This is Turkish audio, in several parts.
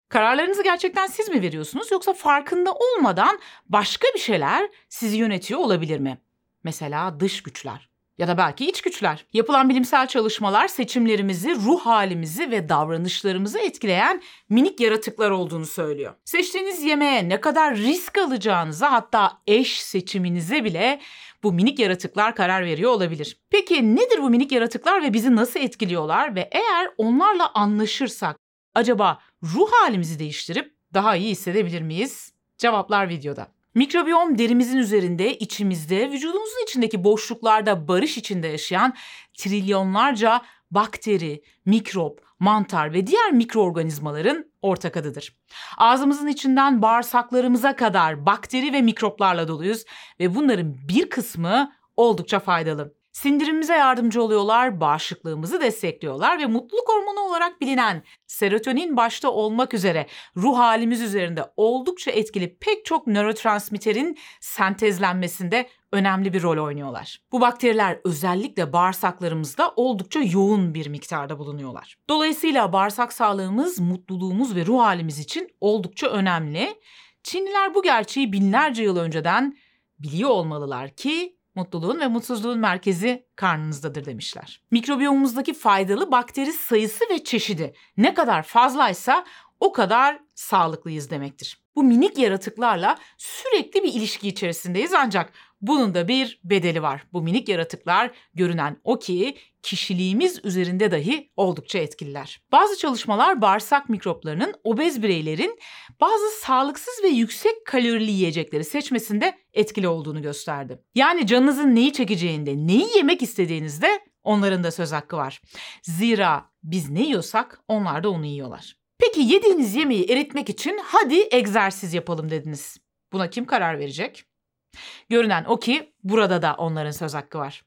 Kararlarınızı gerçekten siz mi veriyorsunuz yoksa farkında olmadan başka bir şeyler sizi yönetiyor olabilir mi? Mesela dış güçler ya da belki iç güçler. Yapılan bilimsel çalışmalar seçimlerimizi, ruh halimizi ve davranışlarımızı etkileyen minik yaratıklar olduğunu söylüyor. Seçtiğiniz yemeğe ne kadar risk alacağınıza, hatta eş seçiminize bile bu minik yaratıklar karar veriyor olabilir. Peki nedir bu minik yaratıklar ve bizi nasıl etkiliyorlar ve eğer onlarla anlaşırsak acaba ruh halimizi değiştirip daha iyi hissedebilir miyiz? Cevaplar videoda. Mikrobiyom derimizin üzerinde, içimizde, vücudumuzun içindeki boşluklarda barış içinde yaşayan trilyonlarca bakteri, mikrop, mantar ve diğer mikroorganizmaların ortak adıdır. Ağzımızın içinden bağırsaklarımıza kadar bakteri ve mikroplarla doluyuz ve bunların bir kısmı oldukça faydalı. Sindirimimize yardımcı oluyorlar, bağışıklığımızı destekliyorlar ve mutluluk hormonu olarak bilinen serotonin başta olmak üzere ruh halimiz üzerinde oldukça etkili pek çok nörotransmitterin sentezlenmesinde önemli bir rol oynuyorlar. Bu bakteriler özellikle bağırsaklarımızda oldukça yoğun bir miktarda bulunuyorlar. Dolayısıyla bağırsak sağlığımız, mutluluğumuz ve ruh halimiz için oldukça önemli. Çinliler bu gerçeği binlerce yıl önceden biliyor olmalılar ki mutluluğun ve mutsuzluğun merkezi karnınızdadır demişler. Mikrobiyomumuzdaki faydalı bakteri sayısı ve çeşidi ne kadar fazlaysa o kadar sağlıklıyız demektir. Bu minik yaratıklarla sürekli bir ilişki içerisindeyiz ancak bunun da bir bedeli var. Bu minik yaratıklar görünen o ki kişiliğimiz üzerinde dahi oldukça etkililer. Bazı çalışmalar bağırsak mikroplarının obez bireylerin bazı sağlıksız ve yüksek kalorili yiyecekleri seçmesinde etkili olduğunu gösterdi. Yani canınızın neyi çekeceğinde, neyi yemek istediğinizde onların da söz hakkı var. Zira biz ne yiyorsak onlar da onu yiyorlar. Peki yediğiniz yemeği eritmek için hadi egzersiz yapalım dediniz. Buna kim karar verecek? Görünen o ki burada da onların söz hakkı var.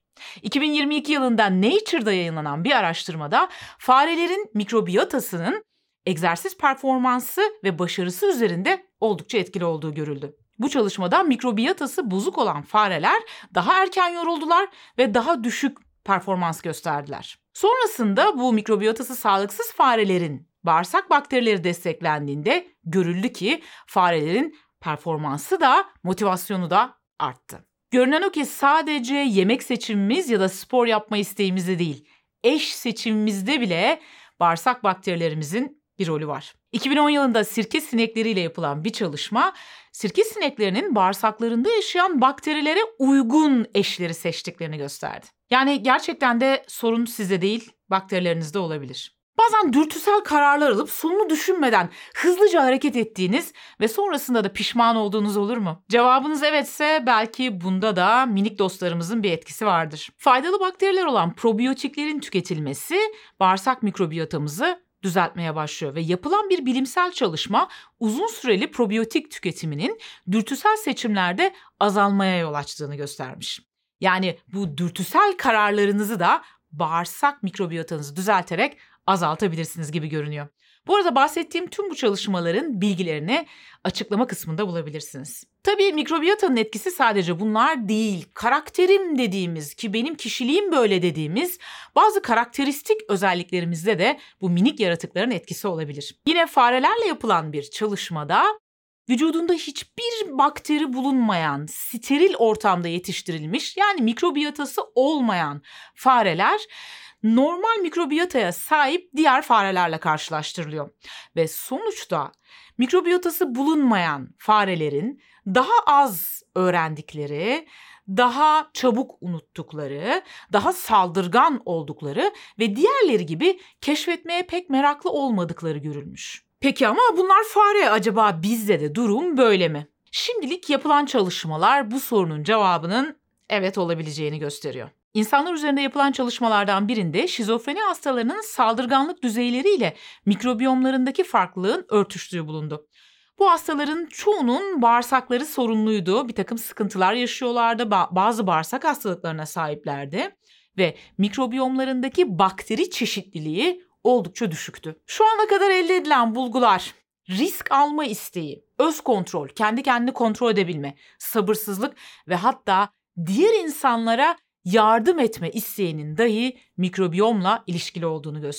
2022 yılında Nature'da yayınlanan bir araştırmada farelerin mikrobiyotasının egzersiz performansı ve başarısı üzerinde oldukça etkili olduğu görüldü. Bu çalışmada mikrobiyotası bozuk olan fareler daha erken yoruldular ve daha düşük performans gösterdiler. Sonrasında bu mikrobiyotası sağlıksız farelerin bağırsak bakterileri desteklendiğinde görüldü ki farelerin performansı da motivasyonu da arttı. Görünen o ki sadece yemek seçimimiz ya da spor yapma isteğimizde değil, eş seçimimizde bile bağırsak bakterilerimizin bir rolü var. 2010 yılında sirke sinekleriyle yapılan bir çalışma, sirke sineklerinin bağırsaklarında yaşayan bakterilere uygun eşleri seçtiklerini gösterdi. Yani gerçekten de sorun sizde değil, bakterilerinizde olabilir. Bazen dürtüsel kararlar alıp sonunu düşünmeden hızlıca hareket ettiğiniz ve sonrasında da pişman olduğunuz olur mu? Cevabınız evetse belki bunda da minik dostlarımızın bir etkisi vardır. Faydalı bakteriler olan probiyotiklerin tüketilmesi bağırsak mikrobiyotamızı düzeltmeye başlıyor ve yapılan bir bilimsel çalışma uzun süreli probiyotik tüketiminin dürtüsel seçimlerde azalmaya yol açtığını göstermiş. Yani bu dürtüsel kararlarınızı da bağırsak mikrobiyotanızı düzelterek azaltabilirsiniz gibi görünüyor. Bu arada bahsettiğim tüm bu çalışmaların bilgilerini açıklama kısmında bulabilirsiniz. Tabii mikrobiyotanın etkisi sadece bunlar değil. Karakterim dediğimiz ki benim kişiliğim böyle dediğimiz bazı karakteristik özelliklerimizde de bu minik yaratıkların etkisi olabilir. Yine farelerle yapılan bir çalışmada vücudunda hiçbir bakteri bulunmayan, steril ortamda yetiştirilmiş yani mikrobiyotası olmayan fareler normal mikrobiyotaya sahip diğer farelerle karşılaştırılıyor. Ve sonuçta mikrobiyotası bulunmayan farelerin daha az öğrendikleri, daha çabuk unuttukları, daha saldırgan oldukları ve diğerleri gibi keşfetmeye pek meraklı olmadıkları görülmüş. Peki ama bunlar fare, acaba bizde de durum böyle mi? Şimdilik yapılan çalışmalar bu sorunun cevabının evet olabileceğini gösteriyor. İnsanlar üzerinde yapılan çalışmalardan birinde şizofreni hastalarının saldırganlık düzeyleriyle mikrobiyomlarındaki farklılığın örtüştüğü bulundu. Bu hastaların çoğunun bağırsakları sorunluydu, bir takım sıkıntılar yaşıyorlardı, bazı bağırsak hastalıklarına sahiplerdi ve mikrobiyomlarındaki bakteri çeşitliliği oldukça düşüktü. Şu ana kadar elde edilen bulgular, risk alma isteği, öz kontrol, kendi kendini kontrol edebilme, sabırsızlık ve hatta diğer insanlara yardım etme isteğinin dahi mikrobiyomla ilişkili olduğunu gösteriyor.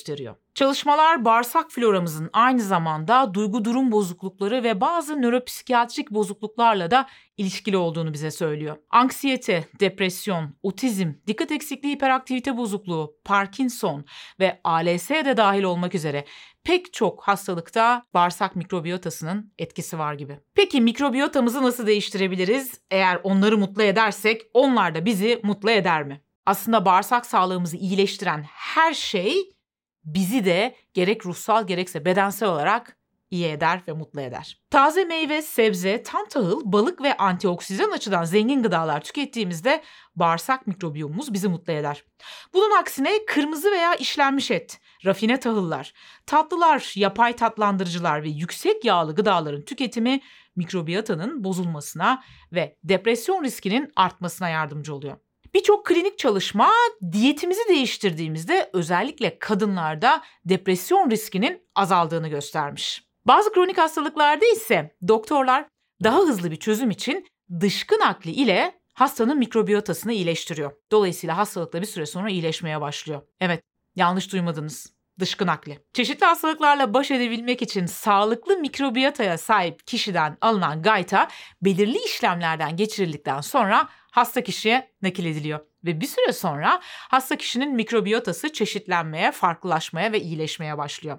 Çalışmalar bağırsak floramızın aynı zamanda duygu durum bozuklukları ve bazı nöropsikiyatrik bozukluklarla da ilişkili olduğunu bize söylüyor. Anksiyete, depresyon, otizm, dikkat eksikliği hiperaktivite bozukluğu, Parkinson ve ALS de dahil olmak üzere pek çok hastalıkta bağırsak mikrobiyotasının etkisi var gibi. Peki mikrobiyotamızı nasıl değiştirebiliriz? Eğer onları mutlu edersek onlar da bizi mutlu eder mi? Aslında bağırsak sağlığımızı iyileştiren her şey bizi de gerek ruhsal gerekse bedensel olarak iyi eder ve mutlu eder. Taze meyve, sebze, tam tahıl, balık ve antioksidan açıdan zengin gıdalar tükettiğimizde bağırsak mikrobiyomumuz bizi mutlu eder. Bunun aksine kırmızı veya işlenmiş et, rafine tahıllar, tatlılar, yapay tatlandırıcılar ve yüksek yağlı gıdaların tüketimi mikrobiyotanın bozulmasına ve depresyon riskinin artmasına yardımcı oluyor. Birçok klinik çalışma diyetimizi değiştirdiğimizde özellikle kadınlarda depresyon riskinin azaldığını göstermiş. Bazı kronik hastalıklarda ise doktorlar daha hızlı bir çözüm için dışkı nakli ile hastanın mikrobiyotasını iyileştiriyor. Dolayısıyla hastalık da bir süre sonra iyileşmeye başlıyor. Evet, yanlış duymadınız. Dışkı nakli. Çeşitli hastalıklarla baş edebilmek için sağlıklı mikrobiyotaya sahip kişiden alınan gayta belirli işlemlerden geçirildikten sonra hasta kişiye nakil ediliyor. Ve bir süre sonra hasta kişinin mikrobiyotası çeşitlenmeye, farklılaşmaya ve iyileşmeye başlıyor.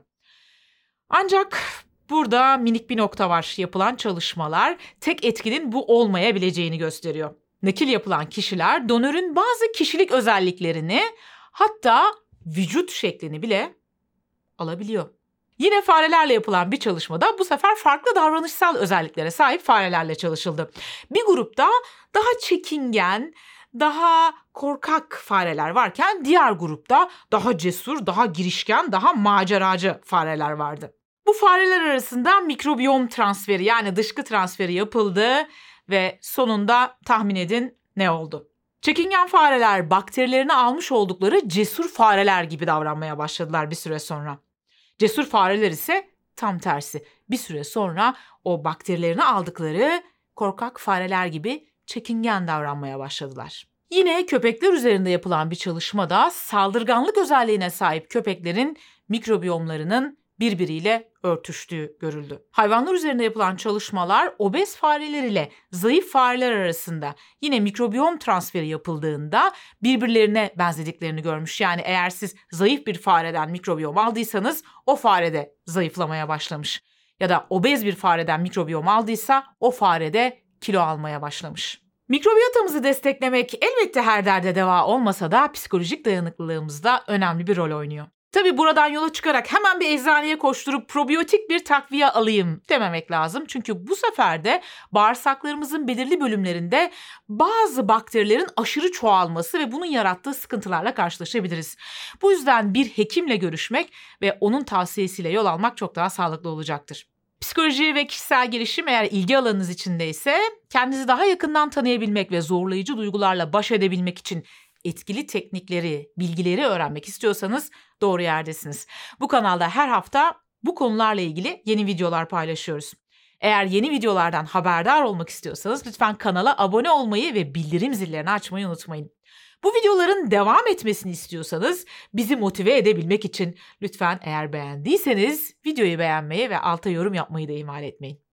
Ancak burada minik bir nokta var. Yapılan çalışmalar tek etkinin bu olmayabileceğini gösteriyor. Nakil yapılan kişiler donörün bazı kişilik özelliklerini, hatta vücut şeklini bile alabiliyor. Yine farelerle yapılan bir çalışmada bu sefer farklı davranışsal özelliklere sahip farelerle çalışıldı. Bir grupta daha çekingen, daha korkak fareler varken diğer grupta daha cesur, daha girişken, daha maceracı fareler vardı. Bu fareler arasında mikrobiyom transferi yani dışkı transferi yapıldı ve sonunda tahmin edin ne oldu? Çekingen fareler bakterilerini almış oldukları cesur fareler gibi davranmaya başladılar bir süre sonra. Cesur fareler ise tam tersi. Bir süre sonra o bakterilerini aldıkları korkak fareler gibi çekingen davranmaya başladılar. Yine köpekler üzerinde yapılan bir çalışmada saldırganlık özelliğine sahip köpeklerin mikrobiyomlarının birbiriyle örtüştüğü görüldü. Hayvanlar üzerinde yapılan çalışmalar obez fareler ile zayıf fareler arasında yine mikrobiyom transferi yapıldığında birbirlerine benzediklerini görmüş. Yani eğer siz zayıf bir fareden mikrobiyom aldıysanız o fare de zayıflamaya başlamış. Ya da obez bir fareden mikrobiyom aldıysa o fare de kilo almaya başlamış. Mikrobiyotamızı desteklemek elbette her derde deva olmasa da psikolojik dayanıklılığımızda önemli bir rol oynuyor. Tabii buradan yola çıkarak hemen bir eczaneye koşturup probiyotik bir takviye alayım dememek lazım. Çünkü bu sefer de bağırsaklarımızın belirli bölümlerinde bazı bakterilerin aşırı çoğalması ve bunun yarattığı sıkıntılarla karşılaşabiliriz. Bu yüzden bir hekimle görüşmek ve onun tavsiyesiyle yol almak çok daha sağlıklı olacaktır. Psikoloji ve kişisel gelişim eğer ilgi alanınız içindeyse kendinizi daha yakından tanıyabilmek ve zorlayıcı duygularla baş edebilmek için etkili teknikleri, bilgileri öğrenmek istiyorsanız doğru yerdesiniz. Bu kanalda her hafta bu konularla ilgili yeni videolar paylaşıyoruz. Eğer yeni videolardan haberdar olmak istiyorsanız lütfen kanala abone olmayı ve bildirim zillerini açmayı unutmayın. Bu videoların devam etmesini istiyorsanız bizi motive edebilmek için lütfen eğer beğendiyseniz videoyu beğenmeyi ve alta yorum yapmayı da ihmal etmeyin.